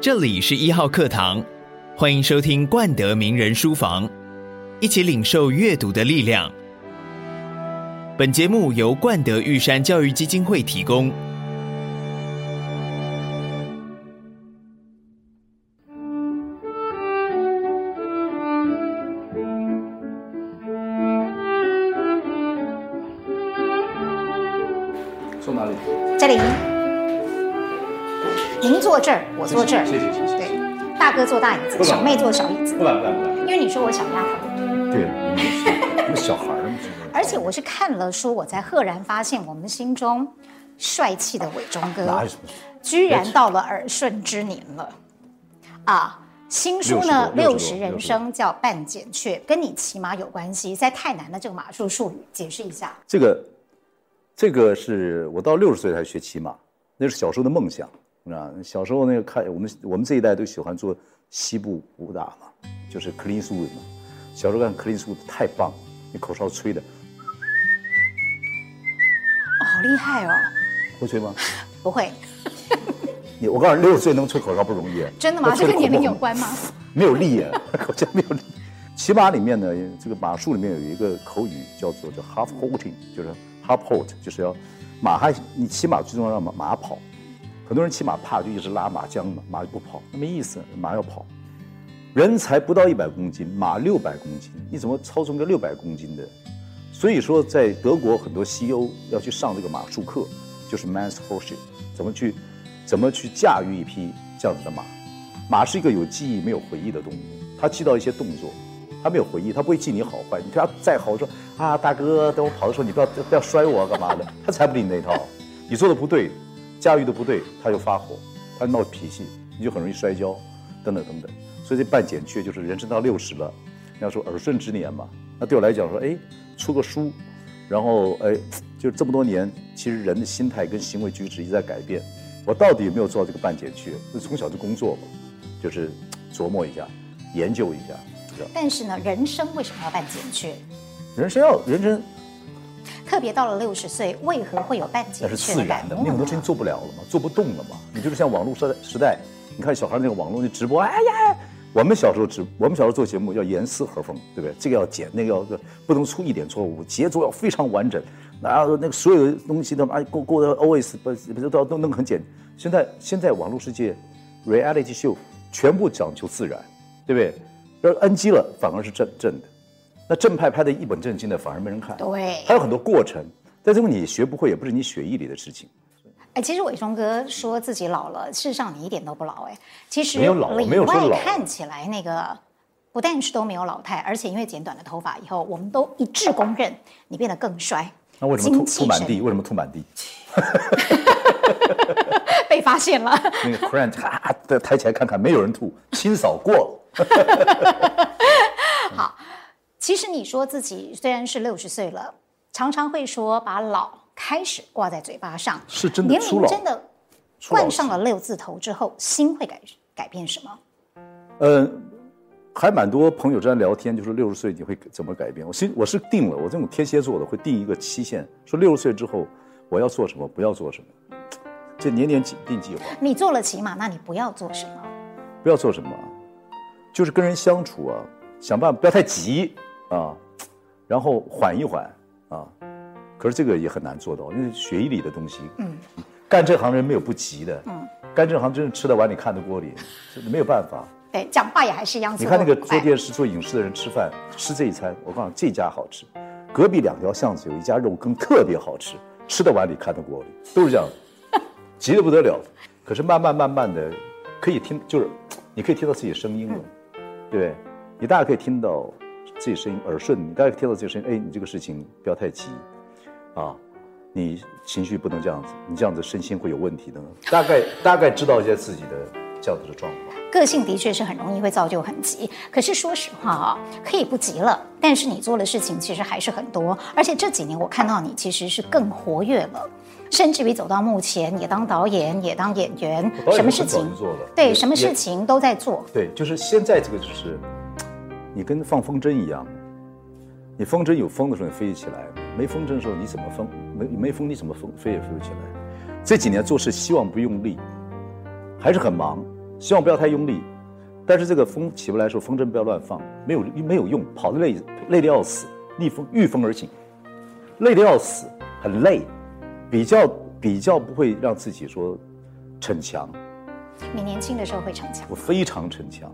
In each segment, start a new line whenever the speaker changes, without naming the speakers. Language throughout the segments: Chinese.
这里是1号课堂，欢迎收听冠德名人书房，一起领受阅读的力量。本节目由冠德玉山教育基金会提供。
坐哪里？
这里，您坐这儿，我坐这儿。
谢谢。
对，大哥坐大椅子，小妹坐小椅子。
不敢。
因为你说我小丫头。
对，你们小孩儿。
而且我是看了书，我才赫然发现，我们心中帅气的伟忠哥，居然到了耳顺之年了啊！新书呢，60人生叫半减却，跟你骑马有关系，实在太难了。这个马术术语，解释一下。
这个是我到60岁才学骑马，那是小时候的梦想啊。小时候那个看我们这一代都喜欢做西部武打嘛，就是克林斯伍德嘛。小时候看克林斯伍德太棒，那口哨吹的，
好厉害哦！
会吹吗？
不会。
我告诉你，60岁能吹口哨不容易。
真的吗？这跟年龄有关吗？
没有力啊，口腔没有力。骑马里面呢，这个马术里面有一个口语叫 half halting， 就是 half halt， 就是要你骑马最重要让马跑。很多人骑马怕就一直拉马缰嘛，马就不跑，那没意思，马要跑。人才不到100公斤，马600公斤，你怎么操纵个600公斤的？所以说，在德国很多西欧要去上这个马术课，就是 man's horse， 怎么去驾驭一匹这样子的马。马是一个有记忆没有回忆的动物，它记到一些动作，它没有回忆，它不会记你好坏。你对它再好，说啊大哥，等我跑的时候你不要摔我干嘛的，它才不理你那套。你做的不对，驾驭的不对，它就发火，它闹脾气，你就很容易摔跤，等等等等。所以这半减却就是人生到60了，要说耳顺之年嘛。那对我来讲说，出个书，然后就这么多年，其实人的心态跟行为举止一直在改变。我到底有没有做到这个半减却？就从小就工作嘛，就是琢磨一下，研究一下。
但是呢，人生为什么要半减却？
人生
特别到了60岁，为何会有半减却？
那是自然的，你很多事情做不了了嘛，做不动了嘛。你就是像网络时代，你看小孩那个网络的直播，我们小时候做节目要严丝合缝，对不对？这个要剪，那个不能出一点错误，节奏要非常完整，然后那个所有的东西都过的 always 都弄很简。现在网络世界 reality show 全部讲究自然，对不对？要是 NG 了，反而是正的。那正派拍的一本正经的，反而没人看。
对，
还有很多过程，但这个你学不会，也不是你血液里的事情。
其实伟忠哥说自己老了，事实上你一点都不老其实
没有老，没有说老。
看起来那个不但是都没有老态，而且因为剪短了头发以后，我们都一致公认你变得更帅。
那为什么吐满地？为什么吐满地？
被发现了。
那个 Grant 抬起来看看，没有人吐，清扫过了。
好，其实你说自己虽然是60岁了，常常会说把老开始挂在嘴巴上，
是真的。
年龄真的冠上了6字头之后，心会改变什么？
还蛮多朋友这样聊天，就说60岁你会怎么改变？我是定了，我这种天蝎座的会定一个期限，说60岁之后我要做什么，不要做什么，这年定计划。
你做了骑马，那你不要做什么？
不要做什么，就是跟人相处啊，想办法不要太急啊，然后缓一缓啊。可是这个也很难做到，因为血液里的东西，干这行人没有不急的，干这行真是吃在碗里看在锅里，没有办法。
对，讲话也还是一样。
你看那个做电视、做影视的人吃饭，吃这一餐，我告诉你这家好吃，隔壁2条巷子有一家肉羹特别好吃，吃在碗里看在锅里，都是这样，急得不得了。可是慢慢的，可以听，就是你可以听到自己的声音了，对不对？你大概可以听到自己声音，耳顺，你大概可以听到自己声音，你这个事情不要太急。你情绪不能这样子，你这样子身心会有问题的。大概知道一些自己的这样子的状况。
个性的确是很容易会造就很急，可是说实话可以不急了，但是你做的事情其实还是很多，而且这几年我看到你其实是更活跃了，甚至于走到目前也当导演也当演员，什么事情对什么事情都在做。对，
就是现在这个就是你跟放风筝一样。你风筝有风的时候你飞起来，没风筝的时候你怎么风没风你怎么飞也飞不起来。这几年做事希望不用力，还是很忙， 希望不要太用力，但是这个风起不来的时候，风筝不要乱放，没有用，跑得累得要死，御风而行，累得要死，很累，比较不会让自己说逞强。
你年轻的时候会逞强？
我非常逞强，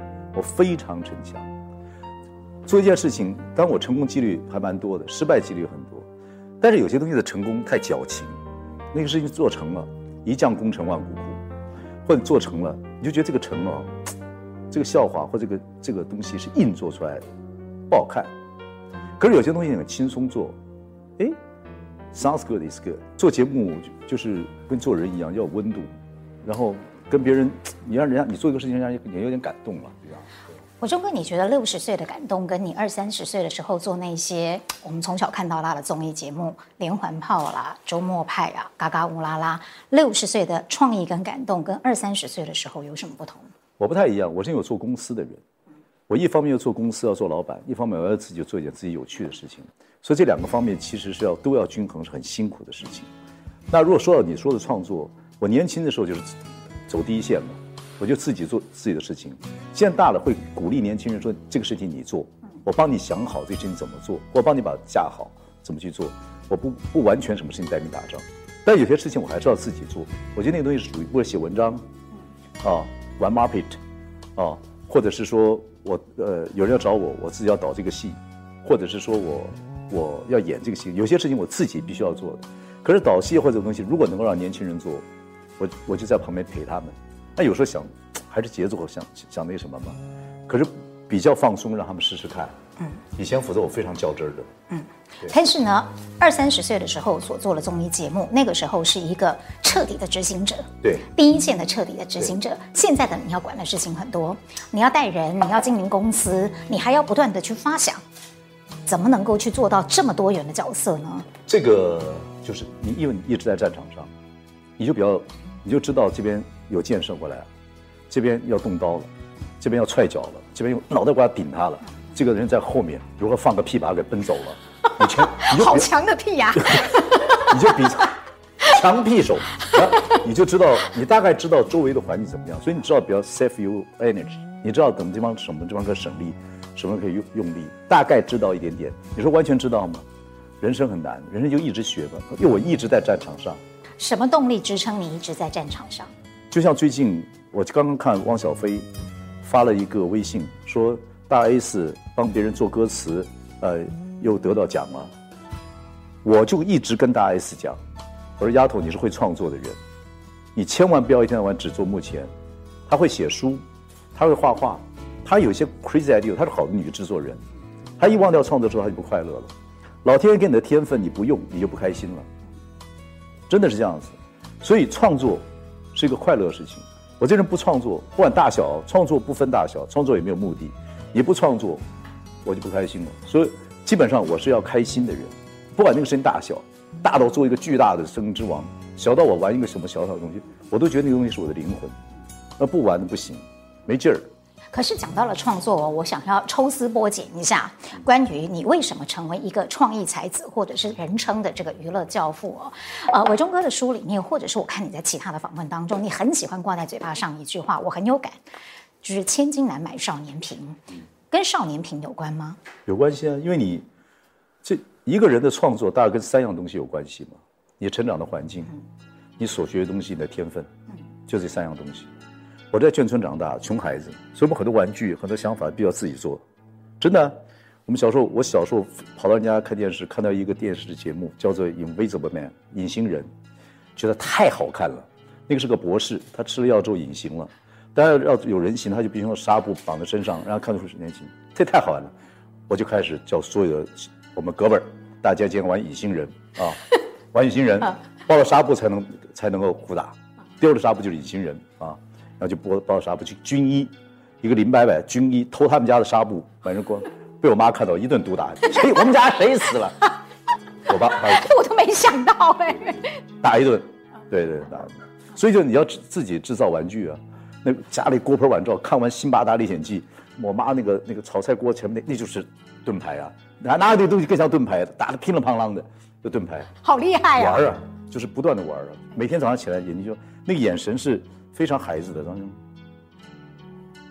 做一件事情，当然我成功几率还蛮多的，失败几率很多，但是有些东西的成功太矫情，那个事情做成了，一将功成万骨枯，或者做成了，你就觉得这个成哦，这个笑话或这个东西是硬做出来的，不好看。可是有些东西很轻松做，哎 ，sounds good is good。做节目就是跟做人一样，要有温度，然后跟别人，你让人家你做一个事情，让人也有点感动了，对吧？
伟忠哥，你觉得60岁的感动，跟你20-30岁的时候做那些我们从小看到大的综艺节目，连环炮啦、周末派啊、嘎嘎乌拉拉，60岁的创意跟感动，跟20-30岁的时候有什么不同？
我不太一样，我是有做公司的人，我一方面要做公司要做老板，一方面我要自己做一点自己有趣的事情，所以这两个方面其实是都要均衡，是很辛苦的事情。那如果说到你说的创作，我年轻的时候就是走第一线嘛。我就自己做自己的事情，现在大了会鼓励年轻人说这个事情你做，我帮你想好这个事情怎么做，我帮你把它架好怎么去做，我不完全什么事情带兵打仗，但有些事情我还是要自己做。我觉得那个东西是属于为了写文章，玩 market，或者是说我有人要找我，我自己要导这个戏，或者是说我要演这个戏，有些事情我自己必须要做的。可是导戏或者这个东西，如果能够让年轻人做，我就在旁边陪他们。那有时候想还是节奏想那什么嘛，可是比较放松，让他们试试看。以前否则我非常较真的。
但是呢，20-30岁的时候所做的综艺节目，那个时候是一个彻底的执行者，
对，
第一线的彻底的执行者。现在的你要管的事情很多，你要带人，你要经营公司，你还要不断的去发想，怎么能够去做到这么多元的角色呢？
这个就是你，因为你一直在战场上，你就知道这边有箭射过来，这边要动刀了，这边要踹脚了，这边用脑袋瓜顶他了，这个人在后面如何放个屁把他给奔走了，你就
好强的屁呀！
你就比强屁手，你就知道，你大概知道周围的环境怎么样，所以你知道比较 save you energy， 你知道什么地方可以省力，什么可以用力，大概知道一点点。你说完全知道吗？人生很难，人生就一直学吧，因为我一直在战场上。
什么动力支撑你一直在战场上？
就像最近我刚刚看汪小菲发了一个微信，说大 S 帮别人做歌词，又得到奖了。我就一直跟大 S 讲，我说丫头，你是会创作的人，你千万不要一天到晚只做幕前。她会写书，她会画画，她有一些 crazy idea， 她是好的女制作人。她一忘掉创作之后，她就不快乐了。老天爷给你的天分，你不用，你就不开心了。真的是这样子，所以创作是一个快乐的事情。我这人不创作，不管大小，创作不分大小，创作也没有目的。你不创作，我就不开心了。所以基本上我是要开心的人，不管那个事情大小，大到做一个巨大的生之王，小到我玩一个什么小小的东西，我都觉得那个东西是我的灵魂。那不玩不行，没劲儿。
可是讲到了创作，我想要抽丝剥茧一下，关于你为什么成为一个创意才子，或者是人称的这个娱乐教父伟忠哥的书里面，或者是我看你在其他的访问当中，你很喜欢挂在嘴巴上一句话，我很有感，就是千金难买少年贫，跟少年贫有关吗？
有关系啊，因为你这一个人的创作，大概跟3样东西有关系嘛，你成长的环境，你所学的东西，你的天分，就这3样东西。我在眷村长大，穷孩子，所以我们很多玩具、很多想法必须要自己做。真的，我小时候跑到人家看电视，看到一个电视节目叫做《Invisible Man》隐形人，觉得太好看了。那个是个博士，他吃了药之后隐形了，当然要有人形，他就必须用纱布绑在身上，让他看出是年轻。这太好玩了，我就开始叫所有的我们哥们儿，大家今天玩隐形人啊，玩隐形人，包了纱布才能够互打，丢了纱布就是隐形人啊。然后就包纱布去军医，一个林伯伯军医偷他们家的纱布，反正光被我妈看到一顿毒打，我们家谁死了？我爸
我都没想到
打一顿，对打。所以就你要自己制造玩具啊，那家里锅盆碗灶，看完《辛巴达历险记》，我妈那个炒菜锅前面那就是盾牌啊，哪有这东西更像盾牌，打得乒了乓啷的，就盾牌，
好厉害啊！
玩啊，就是不断的玩啊，每天早上起来眼睛就那个眼神是非常孩子的，然后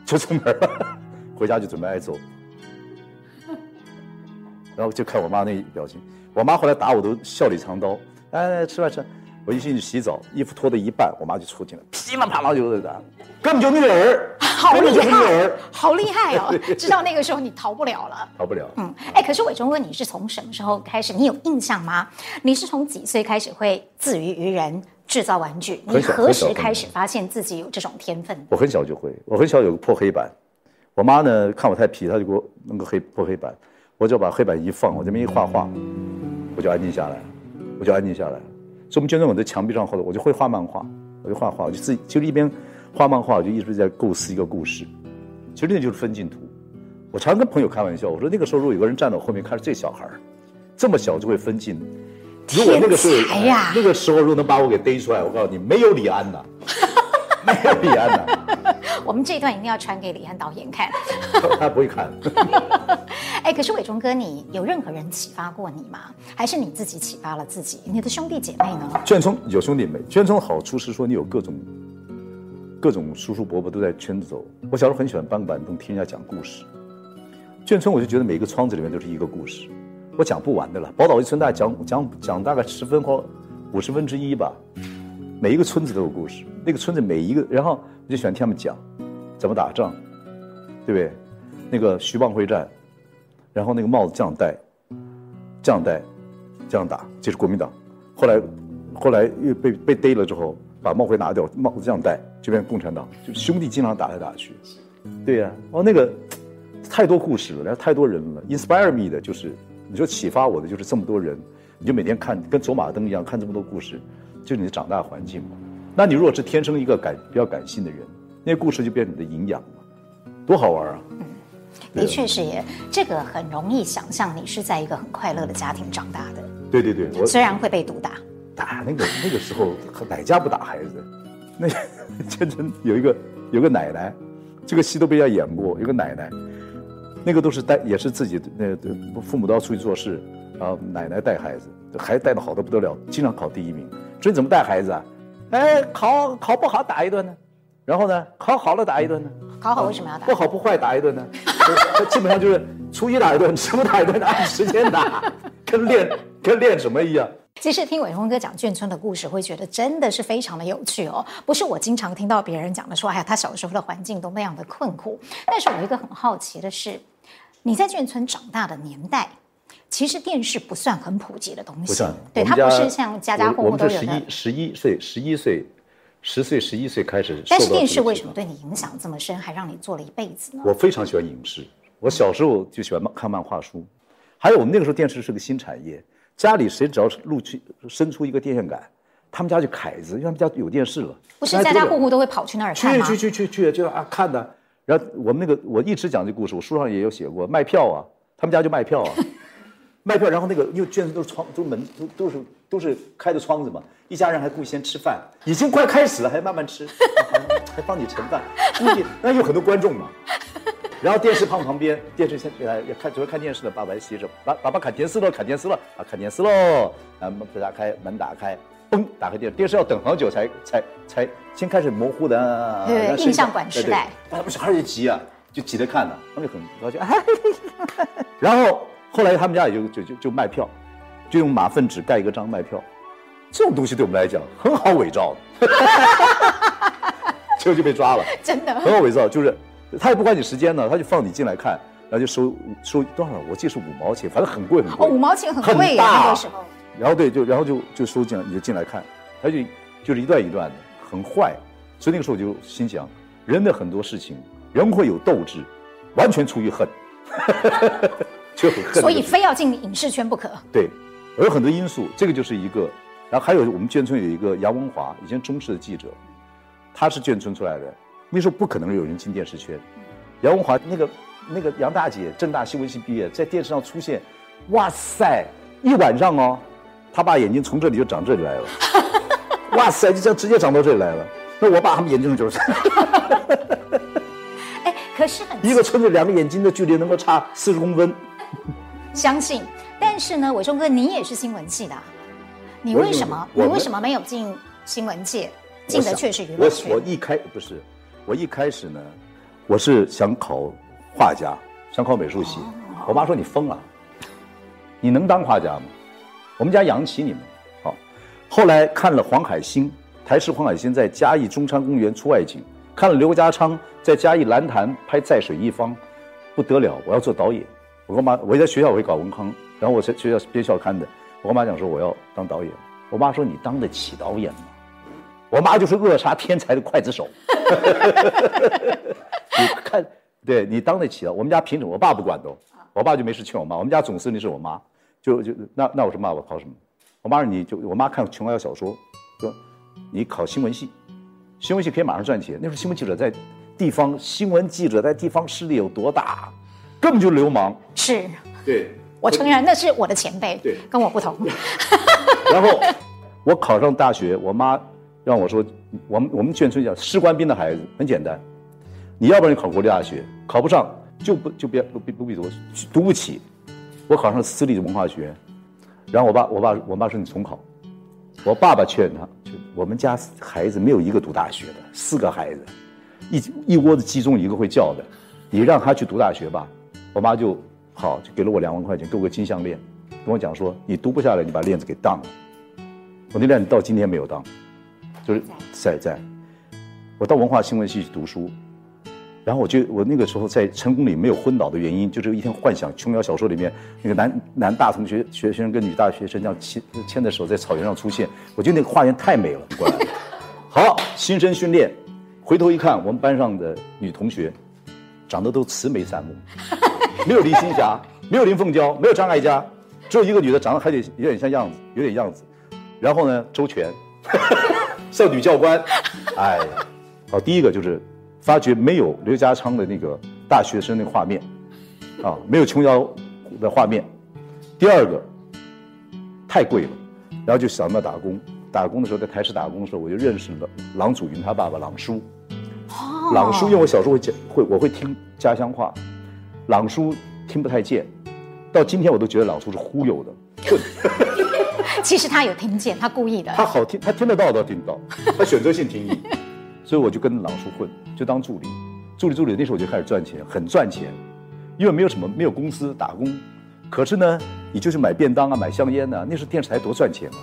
就出门了，回家就准备挨揍。然后就看我妈那表情，我妈后来打我都笑里藏刀，来吃饭吃。我一进去洗澡，衣服脱到一半，我妈就冲进来，噼里啪啦就打，根本就虐儿，
好厉害，好厉害哦！知道那个时候你逃不了了，
逃不了。
可是伟忠哥，你是从什么时候开始？你有印象吗？你是从几岁开始会自娱于人制造玩具？你何时开始发现自己有这种天分？
我很小就会，我很小有个破黑板，我妈呢看我太皮，她就给我弄个破黑板，我就把黑板一放，我这边一画画，我就安静下来了。所以我们眷村我在墙壁上画的，我就会画漫画，我就画画，我就自己就是一边画漫画，我就一直在构思一个故事。其实那就是分镜图。我常跟朋友开玩笑，我说那个时候如果有个人站到我后面看着这小孩这么小就会分镜，如果那个时候那个时候如果能把我给逮出来，我告诉你没有李安呐，没有李安呐。
我们这一段一定要传给李安导演看。
他不会看。
可是伟忠哥，你有任何人启发过你吗？还是你自己启发了自己？你的兄弟姐妹呢？
眷村有兄弟妹，眷村好处是说你有各种叔叔伯伯都在圈子走。我小时候很喜欢搬板凳听人家讲故事。眷村我就觉得每个窗子里面都是一个故事，我讲不完的了。宝岛一村大概讲大概10分或50分之一吧，每一个村子都有故事。那个村子每一个，然后我就喜欢听他们讲怎么打仗，对不对？那个徐蚌会战。然后那个帽子这样戴，这样打，这是国民党。后来又被逮了之后，把帽徽拿掉，帽子这样戴，就变共产党。就兄弟经常打来打去。对呀，那个太多故事了，然后太多人了。inspire me 的就是你说启发我的就是这么多人，你就每天看跟走马灯一样看这么多故事，就是你的长大环境嘛。那你如果是天生一个比较感性的人，那些故事就变成你的营养嘛，多好玩啊！
的确是耶，这个很容易想象你是在一个很快乐的家庭长大的。
对，
虽然会被毒打
那个时候哪家不打孩子？那真有一个奶奶，这个戏都被人家演过，有个奶奶，那个都是也是自己父母都要出去做事，然后奶奶带孩子，孩子带的好的不得了，经常考第1名。说你怎么带孩子啊？考不好打一顿呢，然后呢考好了打一顿呢。
考好为什么要打？
不好不坏打一顿呢？基本上就是初一打一顿，什么打一顿，按时间打，跟练什么一样。
其实听伟忠哥讲眷村的故事，会觉得真的是非常的有趣哦。不是我经常听到别人讲的说，他小时候的环境都那样的困苦。但是我有一个很好奇的是，你在眷村长大的年代，其实电视不算很普及的东西，对，它不是像家家户户都有的。
11岁10岁11岁开始。
但是电视为什么对你影响这么深，还让你做了一辈子呢？
我非常喜欢影视，我小时候就喜欢看漫画书，还有我们那个时候电视是个新产业，家里谁只要伸出一个电线杆，他们家就凯子，因为他们家有电视了。
不是家家户户都会跑去那儿看吗？
去就看的。然后我一直讲这故事，我书上也有写过，卖票啊，他们家就卖票啊。卖票，然后那个因为眷村都是窗，都是开的窗子嘛，一家人还故意先吃饭，已经快开始了，还慢慢吃，还帮你盛饭，估计那有很多观众嘛。然后电视旁边，电视先看，准备看电视的爸爸洗着，爸爸看电视了，看电视了，门打开，嘣，打开电视要等好久才先开始模糊的，
对，印象馆时代，
他们小孩就急啊，就急着看呢，他们就很高兴，然后后来他们家也就卖票，就用马粪纸盖一个章卖票，这种东西对我们来讲很好伪造的，结果就被抓了，
真的
很好伪造，就是他也不管你时间呢，他就放你进来看，然后就收多少？我记得是5毛钱，反正很贵很贵。
5毛钱很贵呀，那个时候。
然后然后就收进来，你就进来看，他就是一段一段的，很坏。所以那个时候我就心想，人的很多事情，人会有斗志，完全出于恨，就很恨。
所以非要进影视圈不可。
对，有很多因素，这个就是一个。然后还有我们眷村有一个杨文华，以前中视的记者，他是眷村出来的。那时候不可能有人进电视圈，杨文华那个杨大姐，政大新闻系毕业，在电视上出现，哇塞，一晚上哦，他把眼睛从这里就长这里来了，哇塞，就这样直接长到这里来了。那我把他们眼睛就是，
可是
一个村子2个眼睛的距离能够差40公分，
相信。但是呢，伟忠哥，你也是新闻系的，你为什么没有进新闻界，进的却是娱乐圈？
我一开始呢， 我是想考画家，想考美术系。我妈说你疯了，你能当画家吗？我们家养得起你们。好，后来看了黄海星，台视黄海星在嘉义中山公园出外景，看了刘家昌在嘉义蓝潭拍《在水一方》，不得了，我要做导演。我跟妈，我在学校我会搞文康，然后我在学校编校刊的，我跟妈讲说我要当导演。我妈说你当得起导演吗？我妈就是扼杀天才的刽子手。你看，对你当得起的。我们家凭什么？我爸不管都，我爸就没事劝我妈。我们家总司令是我妈，那我说妈，我考什么？我妈说我妈看琼瑶小说，说你考新闻系，新闻系可以马上赚钱。那时候新闻记者在地方，新闻记者在地方势力有多大，根本就是流氓。
是，
对，
我承认那是我的前辈，
对，
跟我不同。
然后我考上大学，我妈让我说，我们眷村讲士官兵的孩子很简单，你要不然你考国立大学，考不上就不必读不起。我考上私立的文化学院，然后我妈说你重考。我爸爸劝他，我们家孩子没有一个读大学的，4个孩子，一窝子鸡中一个会叫的，你让他去读大学吧。我妈就好，就给了我2万块钱，给我个金项链，跟我讲说你读不下来，你把链子给当了。我那链子到今天没有当，就是在。我到文化新闻系去读书，然后我那个时候在成功里没有昏倒的原因，就是一天幻想琼瑶小说里面那个男大同学生跟女大学生这样牵着手在草原上出现，我觉得那个画面太美了。过来，好，新生训练，回头一看，我们班上的女同学长得都慈眉善目，没有林青霞，没有林凤娇，没有张艾嘉，只有一个女的长得还有点像样子，有点样子。然后呢，周全，像女教官，哎呀，好，第一个就是发觉没有刘家昌的那个大学生的画面，啊，没有琼瑶的画面。第二个，太贵了，然后就想到打工。打工的时候，在台视打工的时候，我就认识了郎祖筠他爸爸郎叔。郎叔，因为我小时候我会听家乡话，郎叔听不太见，到今天我都觉得郎叔是忽悠的。
其实他有听见，他故意的。
他好听，他听得到都听得到，他选择性听力，所以我就跟郎叔混，就当助理。助理那时候我就开始赚钱，很赚钱，因为没有公司打工，可是呢，你就是买便当啊，买香烟啊，那时候电视台多赚钱啊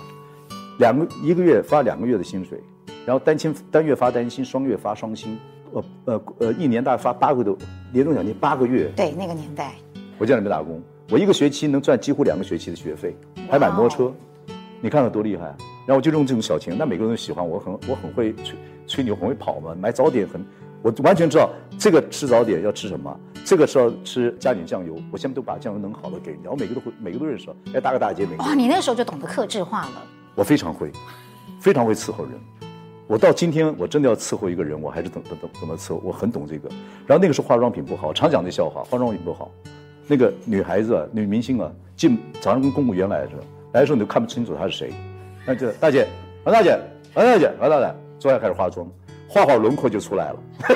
，1个月发2个月的薪水，然后单月发单薪，双月发双薪，一年大概发8个的年终奖金8个月。
对，那个年代，
我在那边打工，我1个学期能赚几乎2个学期的学费，还买摩托车。你看看多厉害啊！然后我就用这种小钱，那每个人都喜欢我，我很会吹牛，很会跑嘛。买早点我完全知道这个吃早点要吃什么，这个是要吃加点酱油。我现在都把酱油弄好了给人家，我每个都认识。哎，搭个大街，每个。
哇，你那个时候就懂得客制化了。
我非常会伺候人。我到今天我真的要伺候一个人，我还是怎么伺候，我很懂这个。然后那个时候化妆品不好，常讲这笑话，化妆品不好。那个女孩子啊，女明星啊，早上跟公务员来着。来的时候你都看不清楚她是谁，那就大姐，王大姐，坐下开始化妆，画轮廓就出来了。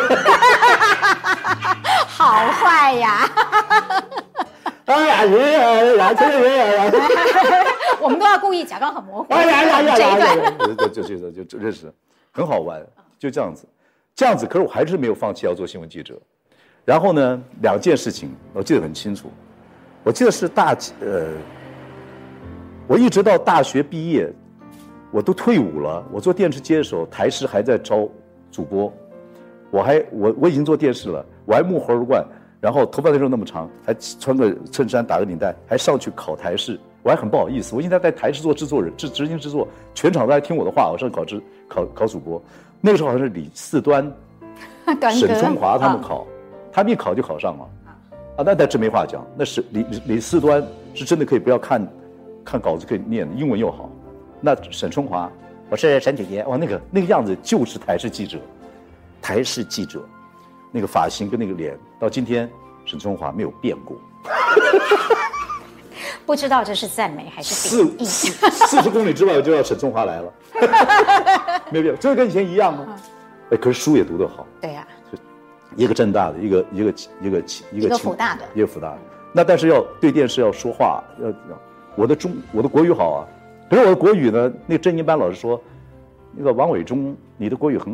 好坏呀！
哎呀，
我们都要故意假装很模糊。这一段
就认识，很好玩，就这样子。可是我还是没有放弃要做新闻记者。然后呢，2件事情我记得很清楚，我记得是我一直到大学毕业，我都退伍了。我做电视接的时候，台视还在招主播，我已经做电视了，我还木猴儿冠，然后头发那时候那么长，还穿个衬衫打个领带，还上去考台视，我还很不好意思。我现在在台视做制作人，执行制作，全场都在听我的话。我上去考主播，那个时候好像是李四端、沈春华他们考，他们一考就考上了，那真没话讲。那是李四端是真的可以不要看稿子可以念，英文又好。那沈春华，我是沈姐姐，哇，那个样子就是台视记者，那个发型跟那个脸，到今天沈春华没有变过。
不知道这是赞美还是贬义
？40公里之外我就要沈春华来了，没有变，这跟以前一样吗？哎，可是书也读得好。
对呀，
一个政大的，一个
辅大的，
一个辅大的。那但是要对电视要说话，我的国语好啊，可是我的国语呢，那个正音班老师说，那个王伟忠，你的国语很好，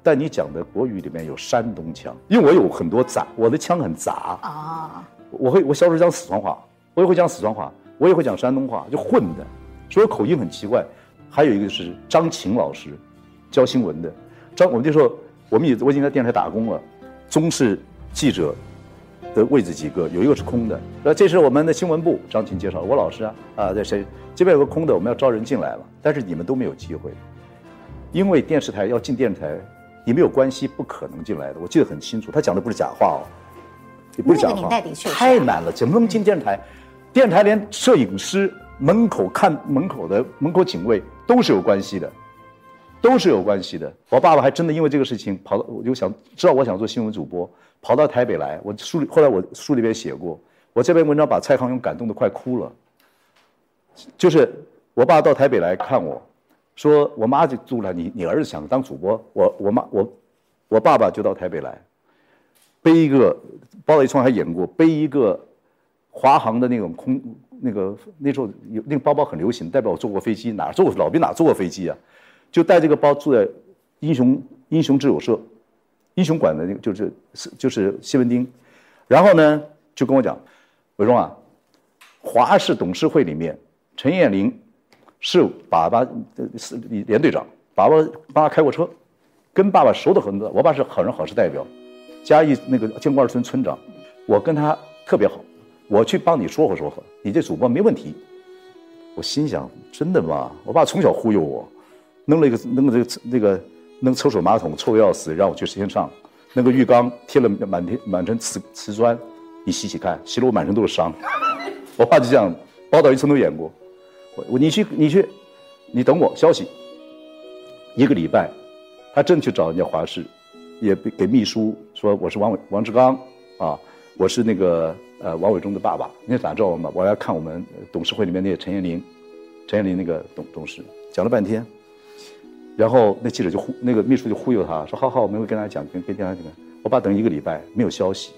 但你讲的国语里面有山东腔，因为我有很多杂，我的腔很杂啊。我小时候讲四川话，我也会讲四川话，我也会讲山东话，就混的，所以口音很奇怪。还有一个是张琴老师，教新闻的。我们就说我已经在电视台打工了，中视记者的位置几个，有一个是空的。这是我们的新闻部，张琴介绍，我老师在谁这边有个空的，我们要招人进来了，但是你们都没有机会，因为电视台要进电视台，你没有关系不可能进来的。我记得很清楚，他讲的不是假话哦，也不是假话，太难了，怎么能进电视台？电视台连摄影师、门口看门口的门口警卫都是有关系的。都是有关系的。我爸爸还真的因为这个事情跑到，我就想知道我想做新闻主播，跑到台北来。后来我书里边写过，我这篇文章把蔡康永感动得快哭了。就是我爸到台北来看我，说我妈就住了，你儿子想当主播，我爸爸就到台北来，背一个，包了一川还演过，背一个华航的那种那时候有那个包包很流行，代表我坐过飞机，老兵哪坐过飞机啊？就带这个包住在英雄之友社，英雄馆的那个就是西门町，然后呢就跟我讲，伟忠啊，华视董事会里面陈彦霖是爸爸是连队长，爸爸帮他开过车，跟爸爸熟得很的，我爸是好人好事代表，嘉义那个建国二村村长，我跟他特别好，我去帮你说和，你这主播没问题。我心想真的吗？我爸从小忽悠我。弄厕所马桶臭得要死，让我去先上。那个浴缸贴了满层瓷砖，你洗看，洗了我满身都是伤。我爸就这样，宝岛一村都演过。你去，你等我消息。1个礼拜，他真去找人家华视，也给秘书说我是王志刚啊，我是那个王伟忠的爸爸。你咋知道我吗？我要看我们董事会里面那个陈彦霖那个董事，讲了半天。然后那记者那个秘书就忽悠他说：“好，我们会跟他讲，跟电视台讲。”我爸等1个礼拜没有消息，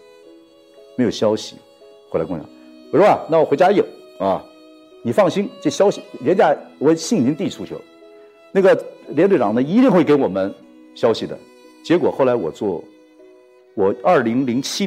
回来跟我讲：“我说那我回家应啊，你放心，这消息人家我信已经递出去了，那个连队长呢一定会给我们消息的。”结果后来我2008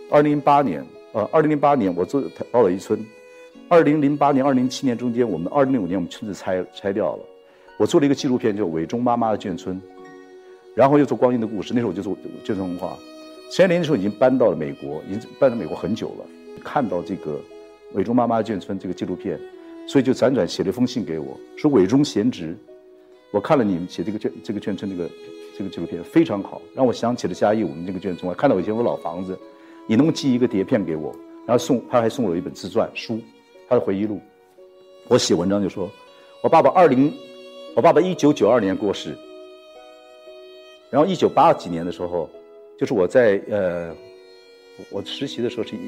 年我做宝岛一村，2008年、2007年中间，我们2005年我们村子拆掉了。我做了一个纪录片，叫《伟忠妈妈的眷村》，然后又做光阴的故事。那时候我就做眷村文化。陈彦霖那时候已经搬到了美国，已经搬到美国很久了。看到这个《伟忠妈妈的眷村》这个纪录片，所以就辗转写了一封信给我，说伟忠贤侄，我看了你们写这个眷村这个纪录片非常好，让我想起了嘉义我们这个眷村。我看到以前我老房子，你能寄一个碟片给我，然后他还送了我一本自传书，他的回忆录。我写文章就说，我爸爸1992年过世，然后1980几年的时候，就是我在我实习的时候是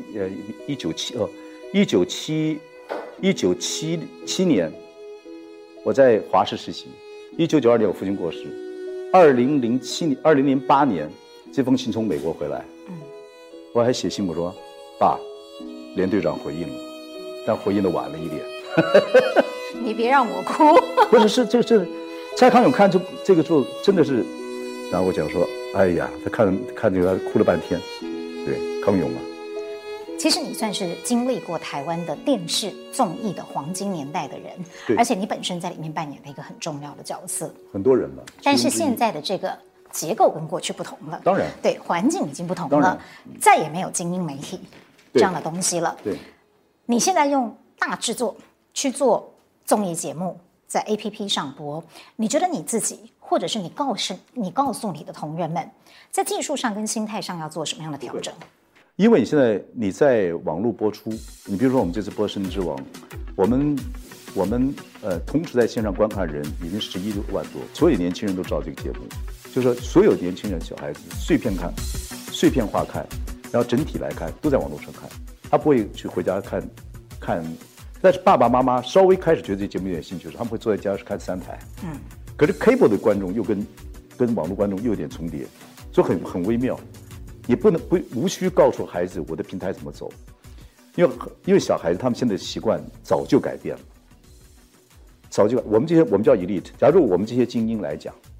1977年，我在华视实习。1992年我父亲过世，2008年这封信从美国回来，我还写信我说，爸，连队长回应了，但回应的晚了一点。
你别让我哭。
不是，这蔡康永看这个就真的是，然后我讲说，哎呀，他看这个他哭了半天，对，康永啊。
其实你算是经历过台湾的电视综艺的黄金年代的人，而且你本身在里面扮演了一个很重要的角色。
很多人了，
但是现在的这个结构跟过去不同了，
当然，
对，环境已经不同了，再也没有精英媒体这样的东西了。
对，
你现在用大制作去做综艺节目，在 APP 上播，你觉得你自己，或者是你告诉你的同仁们，在技术上跟心态上要做什么样的调整？
因为你在网络播出，你比如说我们这次播《森林之王》，我们同时在线上观看人已经11万多，所有年轻人都知道这个节目，就是说所有年轻人小孩子碎片化看，然后整体来看都在网络上看，他不会去回家看。但是爸爸妈妈稍微开始觉得这节目有点兴趣的时候，他们会坐在家看3台。可是 cable 的观众又跟网络观众又有点重叠，所以很微妙。也无需告诉孩子我的平台怎么走，因为小孩子他们现在的习惯早就改变了。我们叫 elite。假如我们这些精英来讲，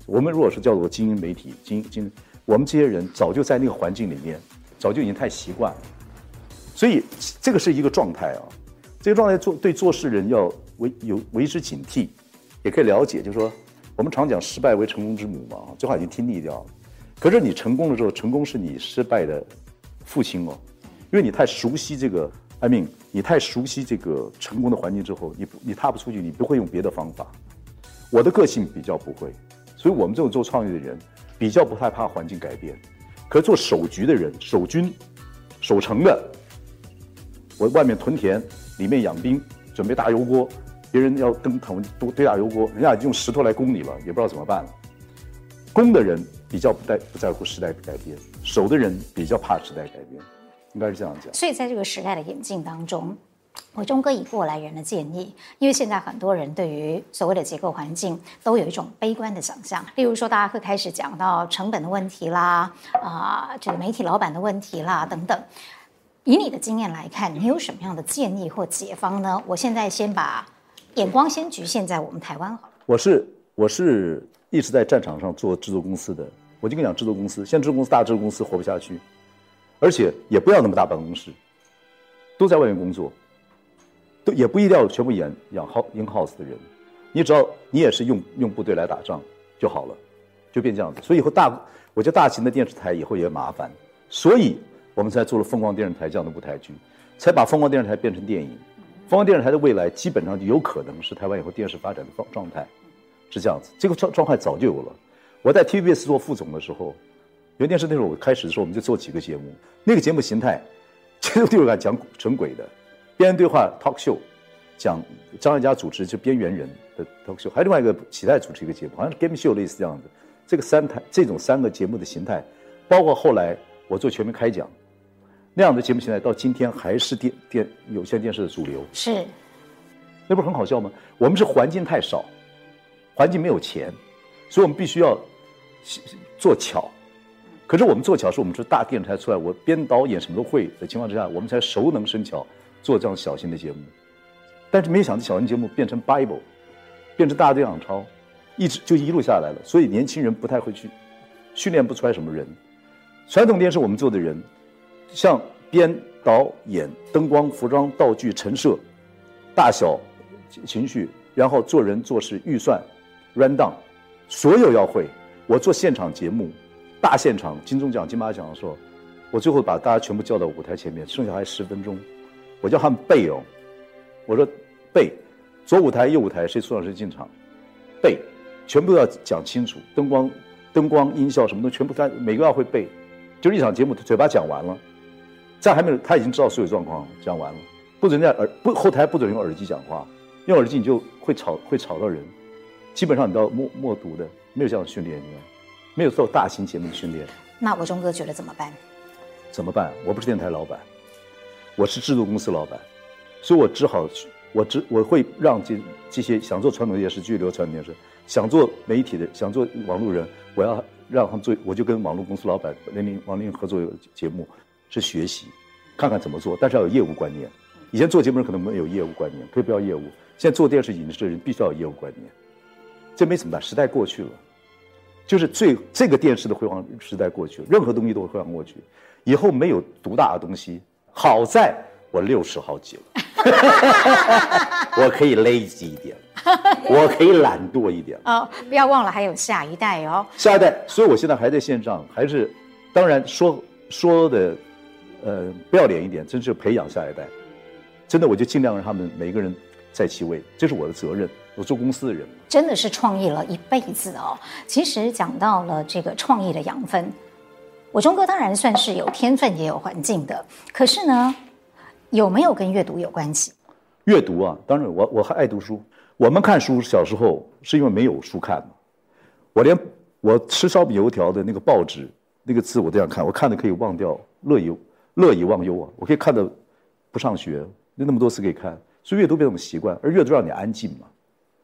我们如果是叫做精英媒体，我们这些人早就在那个环境里面，早就已经太习惯了，所以这个是一个状态啊。这个状态对做事人要为之警惕，也可以了解，就是说我们常讲失败为成功之母嘛，这话已经听腻掉了。可是你成功的时候，成功是你失败的父亲哦，因为你太熟悉这个你太熟悉这个成功的环境之后，你踏不出去，你不会用别的方法。我的个性比较不会，所以我们这种做创业的人比较不害怕环境改变。可是做守局的人，守军、守城的，我外面屯田，里面养兵，准备大油锅，别人要登桶堆大油锅，人家已经用石头来攻你了，也不知道怎么办了。攻的人比较不在乎时代改变，守的人比较怕时代改变，应该是这样讲。
所以在这个时代的演进当中，伟忠哥以过来人的建议，因为现在很多人对于所谓的结构环境都有一种悲观的想象，例如说大家会开始讲到成本的问题啦，这个媒体老板的问题啦等等。以你的经验来看，你有什么样的建议或解方呢？我现在先把眼光先局限在我们台湾好了。
我是一直在战场上做制作公司的，我就跟你讲，制作公司现在制作公司大制作公司活不下去，而且也不要那么大办公室，都在外面工作，也不一定要全部养 in house 的人，你只要你也是用部队来打仗就好了，就变这样子。所以以后我觉得大型的电视台以后也麻烦，所以我们才做了凤凰电视台这样的舞台剧，才把凤凰电视台变成电影。凤凰电视台的未来基本上就有可能是台湾以后电视发展的状态，是这样子。这个状态早就有了。我在 TVBS 做副总的时候，有电视那时候我开始的时候，我们就做几个节目，那个节目形态，其实对我来讲成轨的，边缘对话 talk show， 讲张艾嘉主持就边缘人的 talk show， 还有另外一个启泰主持一个节目，好像是 game show 类似这样的。这种三个节目的形态，包括后来我做全民开讲。那样的节目形态到今天还是有线电视的主流，
是，
那不是很好笑吗？我们是环境太少，环境没有钱，所以我们必须要做巧。可是我们做巧是我们是大电视台出来，我编导演什么都会的情况之下，我们才熟能生巧做这样小型的节目。但是没想到小型节目变成 Bible， 变成大量抄，一路下来了。所以年轻人不太会去训练不出来什么人。传统电视我们做的人。像编导演、灯光、服装、道具、陈设、大小、情绪，然后做人做事、预算、run down， 所有要会。我做现场节目，大现场，金钟奖、金马奖的时候，我最后把大家全部叫到舞台前面，剩下还10分钟，我叫他们背哦，我说背，左舞台、右舞台谁出场谁进场，背，全部要讲清楚，灯光、音效什么的全部每个要会背，就是一场节目嘴巴讲完了。这还没有，他已经知道所有状况，讲完了，不准后台不准用耳机讲话，用耳机你就会吵到人，基本上你都要默读的，没有这样的训练，没有做大型节目的训练。
那伟忠哥觉得怎么办？
怎么办？我不是电台老板，我是制作公司老板，所以我只好我会让这些想做传统电视剧流传统电视，想做媒体的，想做网络人，我要让他们做，我就跟网络公司老板王林合作有节目。是学习，看看怎么做，但是要有业务观念。以前做节目人可能没有业务观念，可以不要业务。现在做电视影视的人必须要有业务观念，这没怎么办，时代过去了，就是这个电视的辉煌时代过去了，任何东西都会辉煌过去，以后没有独大的东西。好在我60好几了，我可以 lazy 一点，我可以懒惰一点。
不要忘了还有下一代哦。
下一代，所以我现在还在线上，还是当然说的。不要脸一点，真是培养下一代。真的，我就尽量让他们每一个人在其位，这是我的责任。我做公司的人，
真的是创意了一辈子哦。其实讲到了这个创意的养分，伟忠哥当然算是有天分也有环境的，可是呢，有没有跟阅读有关系？
阅读啊，当然我还爱读书。我们看书小时候是因为没有书看嘛。我吃烧饼油条的那个报纸那个字我都想看，我看的可以忘掉，乐以忘忧啊！我可以看到不上学，那么多次可以看，所以阅读变成习惯，而阅读让你安静嘛，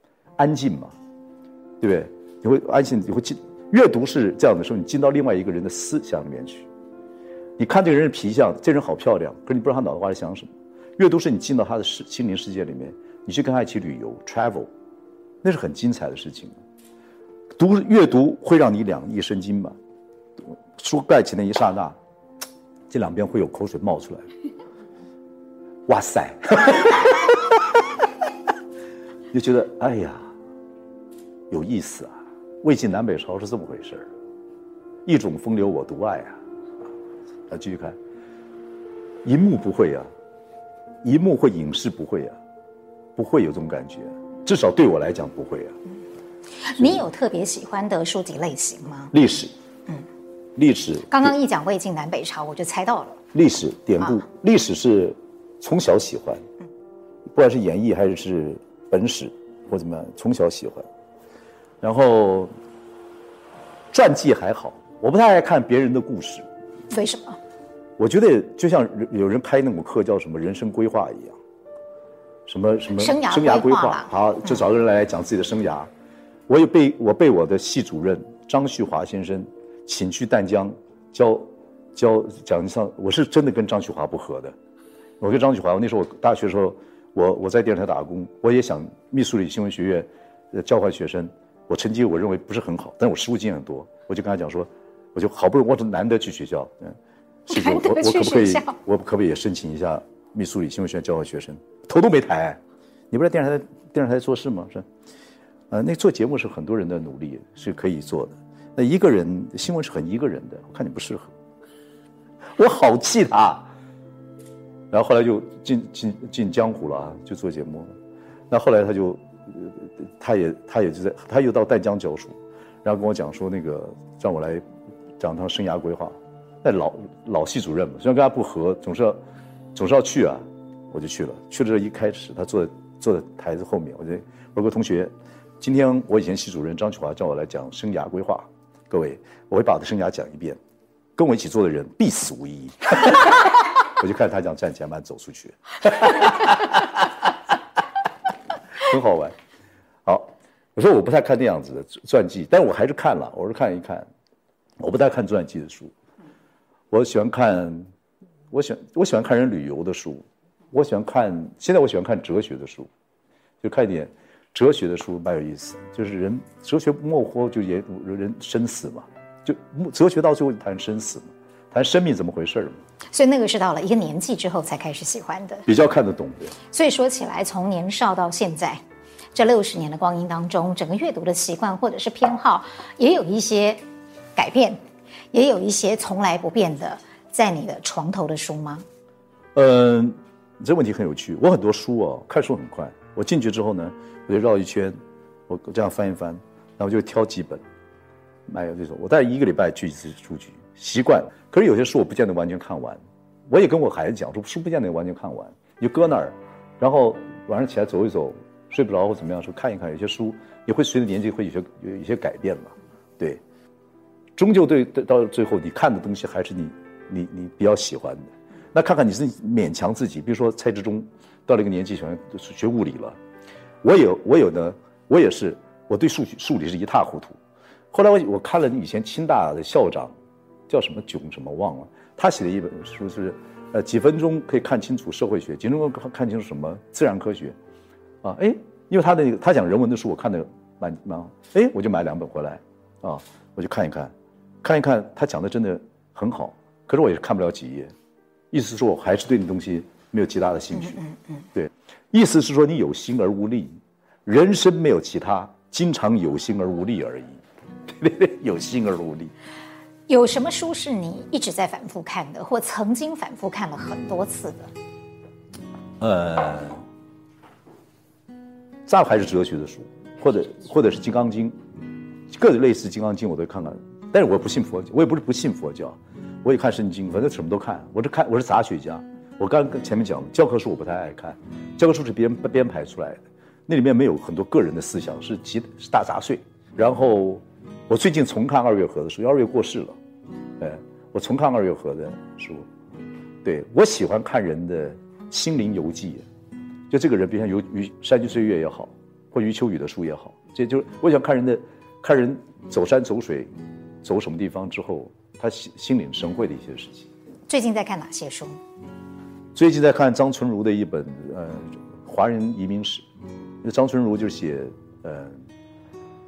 对不对？你会安静，你会进。阅读是这样的时候，你进到另外一个人的思想里面去。你看这个人的皮相，这人好漂亮，可是你不知道他脑袋瓜里想什么。阅读是你进到他的心灵世界里面，你去跟他一起旅游 travel， 那是很精彩的事情。 阅读会让你两益生津嘛。书盖起那一刹那，这两边会有口水冒出来。哇塞！就觉得哎呀，有意思啊！魏晋南北朝是这么回事，一种风流我独爱啊！继续看，银幕不会啊，银幕会，影视不会啊，不会有这种感觉，至少对我来讲不会啊。
你有特别喜欢的书籍类型吗？
历史，历史。
刚刚一讲魏晋南北朝，我就猜到了。
历史典故，历史是从小喜欢，不管是演义还是本史或怎么样，从小喜欢。然后传记还好，我不太爱看别人的故事。
为什么？
我觉得就像有人开那种课叫什么人生规划一样，什么生涯规划，好，就找个人来讲自己的生涯。我被我的系主任张旭华先生请去淡江讲上，我是真的跟张旭华不合的。我跟张旭华，那时候我大学的时候，我在电视台打工，我也想密苏里新闻学院交换学生，我成绩我认为不是很好，但是我实务经验很多，我就跟他讲说，我就好不容易我难得去学校，是不是我可不可以也申请一下密苏里新闻学院交换学生？头都没抬，你不是在电视台做事吗？是，那做节目是很多人的努力是可以做的，那一个人新闻是很一个人的，我看你不适合，我好气他。然后后来就进江湖了啊，就做节目了。那后来他又到淡江教书，然后跟我讲说那个让我来讲他生涯规划。那老系主任嘛，虽然跟他不合，总是要去啊，我就去了。去了这一开始，他坐在台子后面，我有个同学，今天我以前系主任张启华叫我来讲生涯规划，各位，我会把我的生涯讲一遍，跟我一起做的人必死无疑。我就看着他这样站起来慢走出去，很好玩。好，我说我不太看那样子的传记，但我还是看了，我是看一看。我不太看传记的书，我喜欢看人旅游的书，现在我喜欢看哲学的书，就看一点哲学的书蛮有意思。就是哲学莫过就也人生死嘛，就哲学到最后谈生死嘛。谈生命怎么回事嘛？
所以那个是到了一个年纪之后才开始喜欢的，
比较看得懂的。
所以说起来，从年少到现在这60年的光阴当中，整个阅读的习惯或者是偏好也有一些改变，也有一些从来不变的在你的床头的书吗？
你这问题很有趣。我很多书哦，看书很快。我进去之后呢，我就绕一圈，我这样翻一翻，然后就挑几本买这种。我大概1个礼拜去一次书局，习惯。可是有些书我不见得完全看完，我也跟我孩子讲说，书不见得完全看完，你就搁那儿，然后晚上起来走一走，睡不着或怎么样说看一看。有些书你会随着年纪会有一些改变嘛，对，终究到最后你看的东西还是你比较喜欢的。那看看你是勉强自己，比如说蔡志忠到了一个年纪喜欢学物理了，我也是，我对数理是一塌糊涂。后来我看了以前清大的校长叫什么囧什么忘了，他写的一本书是几分钟可以看清楚社会学，几分钟看清楚什么自然科学啊，因为他讲人文的书我看的蛮好，我就买2本回来啊，我就看一看，他讲的真的很好，可是我也看不了几页，意思是说我还是对那东西没有极大的兴趣，对，意思是说你有心而无力，人生没有其他，经常有心而无力而已，有心而无力。
有什么书是你一直在反复看的，或曾经反复看了很多次
的？大还是哲学的书，或者是《金刚经》，各种类似《金刚经》我都看看。但是我不信佛教，我也不是不信佛教，我也看圣经，反正什么都看。我是杂学家。我刚跟前面讲，教科书我不太爱看，教科书是别人编排出来的，那里面没有很多个人的思想，是大杂碎。然后我最近重看2月河的书，2月过世了，我重看2月河的书，对，我喜欢看人的心灵游记，就这个人，比如像山居岁月也好，或余秋雨的书也好，这就是我想看人走山走水，走什么地方之后，他心领神会的一些事情。
最近在看哪些书？
最近在看张纯如的一本华人移民史，张纯如就写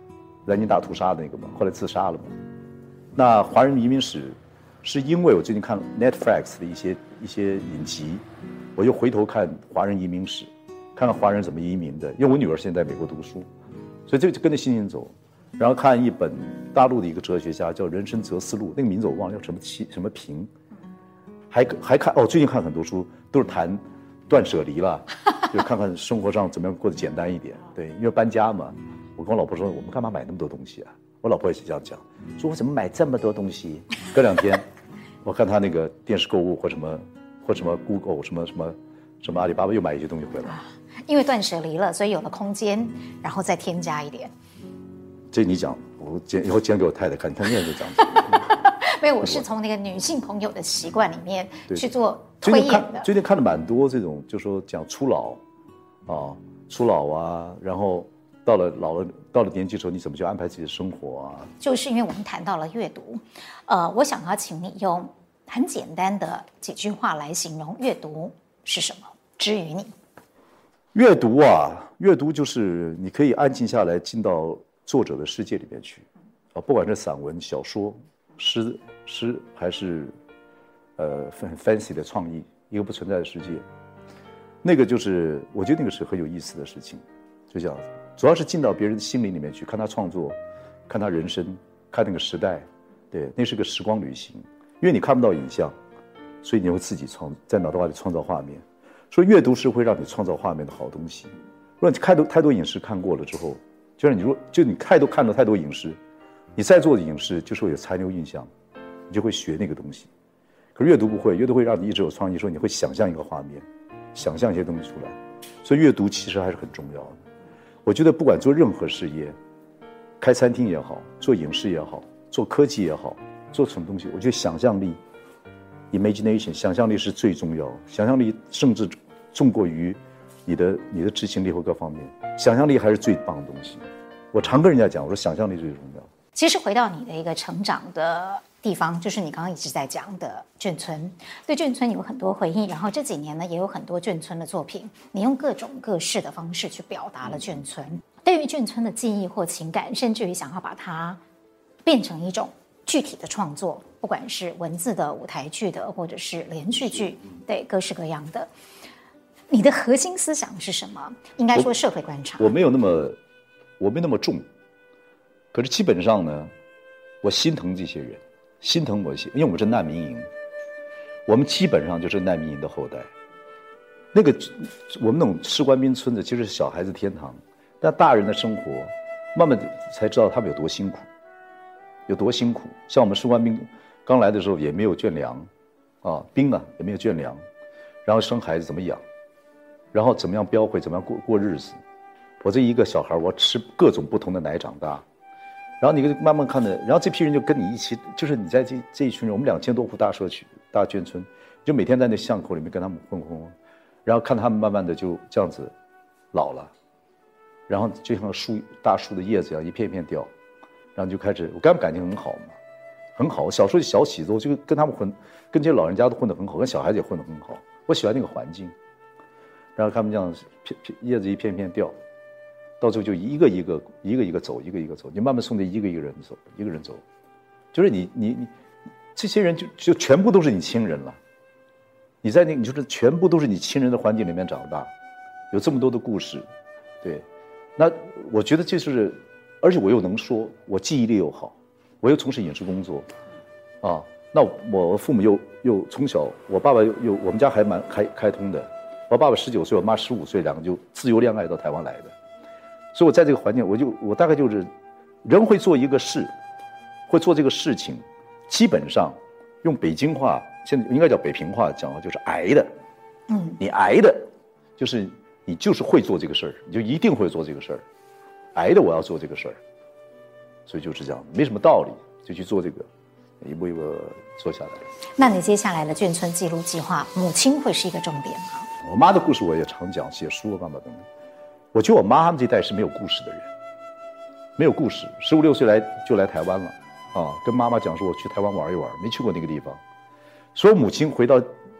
南京大屠杀的那个嘛，后来自杀了嘛。那华人移民史，是因为我最近看 Netflix 的一些影集，我又回头看华人移民史，看看华人怎么移民的。因为我女儿现在在美国读书，所以这就跟着心情走。然后看一本大陆的一个哲学家叫《人生哲思录》，那个名字我忘了，叫什么平。还看最近看很多书都是谈断舍离了，就看看生活上怎么样过得简单一点。对，因为搬家嘛，我跟我老婆说，我们干嘛买那么多东西啊？我老婆也是这样讲，说我怎么买这么多东西？隔2天，我看他那个电视购物或什么 Google 什么阿里巴巴又买一些东西回来。
因为断舍离了，所以有了空间，然后再添加一点。
这你讲，我以后讲给我太太看，你看现在就讲这个。
没有，我是从那个女性朋友的习惯里面去做推演的。
最近看了蛮多这种，就说讲初老啊，然后到了年纪之后，你怎么去安排自己的生活啊？
就是因为我们谈到了阅读，我想要请你用很简单的几句话来形容阅读是什么，之于你。
阅读就是你可以安静下来，进到作者的世界里面去，不管是散文、小说。诗还是很 fancy 的创意，一个不存在的世界，那个就是我觉得那个是很有意思的事情，就这样子。主要是进到别人的心灵里面去，看他创作，看他人生，看那个时代，对，那是个时光旅行。因为你看不到影像，所以你会自己在脑袋里创造画面。所以阅读是会让你创造画面的好东西。如果你太多影视看过了之后，就是你看到太多影视。你在做的影视就是会有残留印象，你就会学那个东西。可是阅读不会，阅读会让你一直有创意，说你会想象一个画面，想象一些东西出来。所以阅读其实还是很重要的。我觉得不管做任何事业，开餐厅也好，做影视也好，做科技也好，做什么东西，我觉得想象力 imagination 想象力是最重要，想象力甚至重过于你的执行力或各方面，想象力还是最棒的东西。我常跟人家讲，我说想象力最重要。
其实回到你的一个成长的地方，就是你刚刚一直在讲的眷村，对眷村有很多回忆，然后这几年呢也有很多眷村的作品，你用各种各式的方式去表达了眷村。对于眷村的记忆或情感，甚至于想要把它变成一种具体的创作，不管是文字的、舞台剧的，或者是连续剧，对，各式各样的。你的核心思想是什么？应该说社会观察。我没有那
么重。可是基本上呢，我心疼这些人，心疼我因为我们是难民营，我们基本上就是难民营的后代。那个我们那种士官兵村子其实是小孩子天堂，但大人的生活，慢慢才知道他们有多辛苦，有多辛苦。像我们士官兵刚来的时候也没有眷粮，兵也没有眷粮，然后生孩子怎么养，然后怎么样标会，怎么样过日子。我这一个小孩，我吃各种不同的奶长大。然后你慢慢看的，然后这批人就跟你一起，就是你在这一群人，我们2000多户大社区、大眷村，就每天在那巷口里面跟他们混，然后看他们慢慢的就这样子老了，然后就像大树的叶子一样一片一片掉，然后就开始，我跟他们感情很好嘛，很好。我小时候小喜子，我就跟他们混，跟这些老人家都混得很好，跟小孩子也混得很好，我喜欢那个环境。然后他们这样叶子一片片掉。到最后就一个一个走，一个一个走，你慢慢送着一个人走，就是你这些人就全部都是你亲人了。你在你就是全部都是你亲人的环境里面长大，有这么多的故事，对。那我觉得这是，而且我又能说，我记忆力又好，我又从事影视工作，那我父母又从小，我爸爸又我们家还蛮开通的，我爸爸19岁，我妈15岁，两个就自由恋爱到台湾来的。所以我在这个环境，我大概就是人会做一个事，会做这个事情，基本上用北京话，现在应该叫北平话讲，就是挨的。你挨的，就是你就是会做这个事儿，你就一定会做这个事儿，挨的我要做这个事儿，所以就是这样，没什么道理，就去做这个，一步一步做下来。
那你接下来的眷村记录计划，母亲会是一个重点吗？
我妈的故事我也常讲，写书干嘛等等。我觉得我妈他们这代是没有故事的人，没有故事。15、16岁就来台湾了，跟妈妈讲说我去台湾玩一玩，没去过那个地方。所以母亲回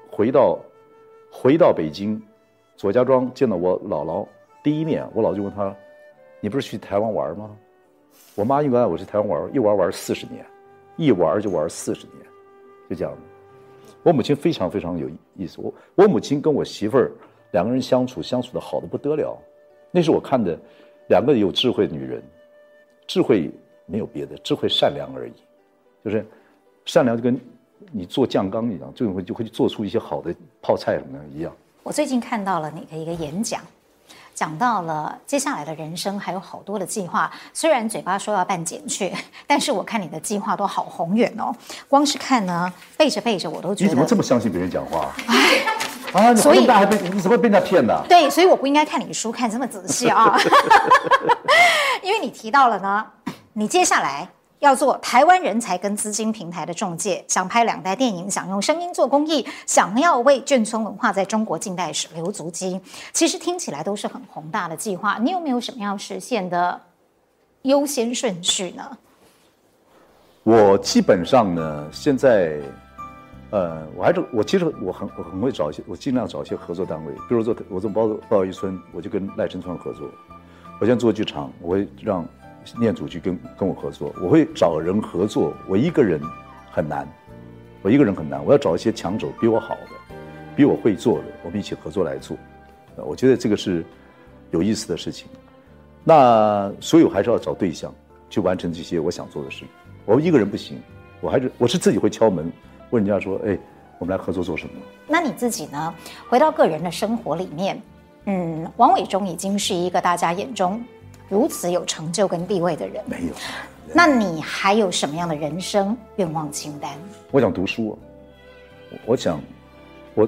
到北京，左家庄见到我姥姥第一面，我姥就问她：“你不是去台湾玩吗？” 我妈一玩我去台湾玩，一玩40年，一玩就玩40年，就这样。我母亲非常非常有意思，我母亲跟我媳妇儿2个人相处的好的不得了，那是我看的2个有智慧的女人，智慧没有别的，智慧善良而已，就是善良就跟你做酱缸一样，就会做出一些好的泡菜什么的一样。
我最近看到了你的一个演讲，讲到了接下来的人生还有好多的计划，虽然嘴巴说要办减去，但是我看你的计划都好宏远哦。光是看呢，背着我都觉得。
你怎么这么相信别人讲话？啊，所以你怎么被人家骗的？
对，所以我不应该看你的书看这么仔细啊，因为你提到了呢，你接下来要做台湾人才跟资金平台的中介，想拍2代电影，想用声音做公益，想要为眷村文化在中国近代史留足迹。其实听起来都是很宏大的计划，你有没有什么要实现的优先顺序呢？
我基本上呢，现在，我其实我很会找一些，我尽量找一些合作单位，比如说我做报一村，我就跟赖声川合作；我现在做剧场，我会让念祖去跟我合作，我会找人合作，我一个人很难，我要找一些强手，比我好的，比我会做的，我们一起合作来做。我觉得这个是有意思的事情。那所以我还是要找对象去完成这些我想做的事。我一个人不行，我是自己会敲门问人家说，哎，我们来合作做什么？那
你自己呢？回到个人的生活里面，王伟忠已经是一个大家眼中如此有成就跟地位的人，
没有。
那你还有什么样的人生愿望清单？
我想读书，我想，我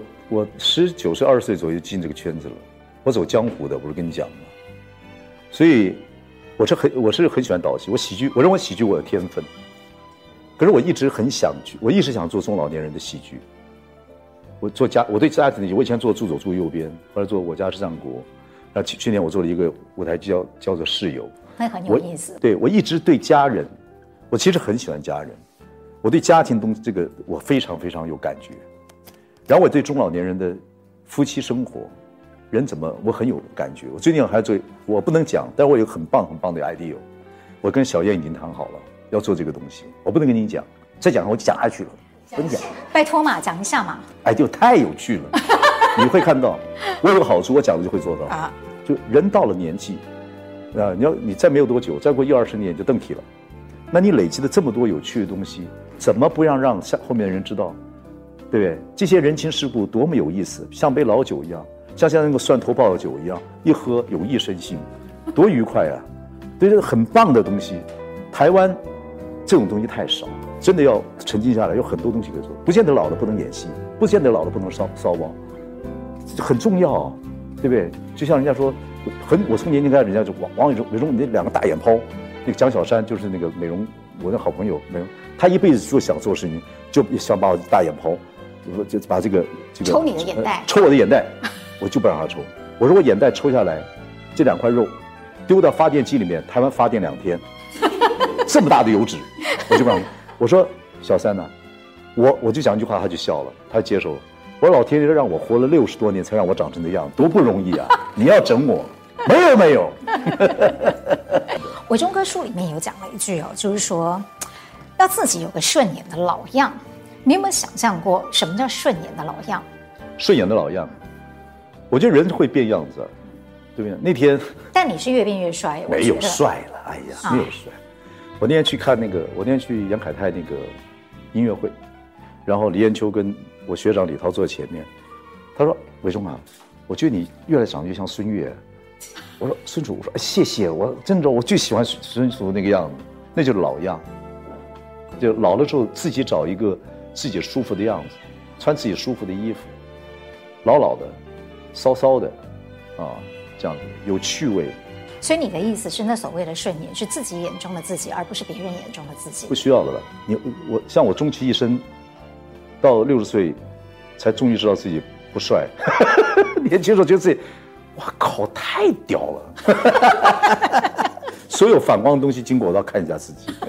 19岁、20岁左右进这个圈子了，我走江湖的，不是跟你讲吗？所以，我是很喜欢导戏，我认为喜剧我有天分，可是我一直想做中老年人的喜剧。我对家庭，我以前做住左住右边，后来做我家是战国。那去年我做了一个舞台叫做室友，
那很有意思。
对，我一直对家人，我其实很喜欢家人，我对家庭东西这个我非常非常有感觉。然后我对中老年人的夫妻生活，人怎么我很有感觉。我最近还做，我不能讲，但我有很棒的 idea。我跟小燕已经谈好了要做这个东西，我不能跟你讲，再讲我就讲下去了。跟你讲，
拜托嘛，讲一下嘛。
idea太有趣了。你会看到，我有个好处，我讲的就会做到啊。就人到了年纪，你再没有多久，再过10-20年就登体了。那你累积了这么多有趣的东西，怎么不让后面的人知道？对不对？这些人情世故多么有意思，像杯老酒一样，像那个蒜头泡的酒一样，一喝有益身心，多愉快啊！对，这个很棒的东西。台湾这种东西太少，真的要沉浸下来，有很多东西可以做。不见得老了不能演戏，不见得老了不能骚包。很重要，对不对？就像人家说，我从年轻开始，人家就王伟忠那2个大眼泡，那个蒋小山就是那个美容，我的好朋友美容，他一辈子就想做事情，就想把我大眼泡，就把这个
抽你的眼袋，
抽我的眼袋，我就不让他抽。我说我眼袋抽下来，这2块肉丢到发电机里面，台湾发电2天，这么大的油脂，我就不让。我说小三呢，我就讲一句话，他就笑了，他接受了。我老天爷让我活了60多年才让我长成这样，多不容易啊！你要整我，没有。
伟忠哥书里面有讲了一句哦，就是说要自己有个顺眼的老样。你有没有想象过什么叫顺眼的老样？
顺眼的老样，我觉得人会变样子，对不对？那天，
但你是越变越帅，
没有帅了，哎呀，没有帅。我那天去看我那天去杨凯泰那个音乐会，然后李艳秋跟我学长李涛坐在前面，他说：“伟忠啊，我觉得你越来长得越像孙越。”我说：“孙楚，我说谢谢，我真的我最喜欢孙楚那个样子，那就是老样。就老了之后自己找一个自己舒服的样子，穿自己舒服的衣服，老的，骚骚的，啊，这样子有趣味。”
所以你的意思是，那所谓的顺眼是自己眼中的自己，而不是别人眼中的自己。
不需要的了。像我终其一生，到60岁，才终于知道自己不帅。年轻时候觉得自己，哇靠，太屌了！所有反光的东西经过我都要看一下自己。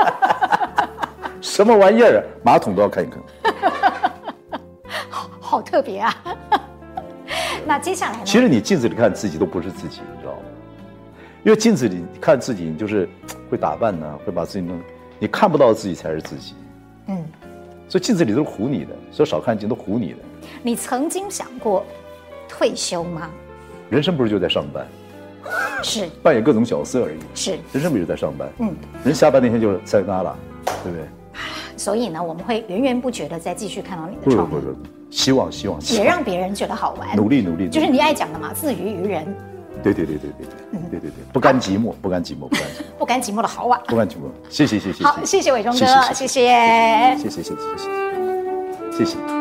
什么玩意儿啊？马桶都要看一看。
好特别啊！那接下来呢？
其实你镜子里看自己都不是自己，你知道吗？ 因为镜子里看自己，你就是会打扮呢，会把自己弄，你看不到自己才是自己。所以镜子里都是唬你的，所以少看镜都唬你的。
你曾经想过退休吗？
人生不是就在上班，
是
扮演各种角色而已。
是，
人生不是在上班。人下班那天就塞纳了，对不对？
所以呢，我们会源源不绝的再继续看到你的创意。
不，希望，
也让别人觉得好玩。
努力，
就是你爱讲的嘛，自娱于人。
对，不甘寂寞，不甘寂寞，
不甘寂寞的好啊，
不甘寂寞。谢谢。
好，谢谢伟忠哥，谢谢。
谢谢。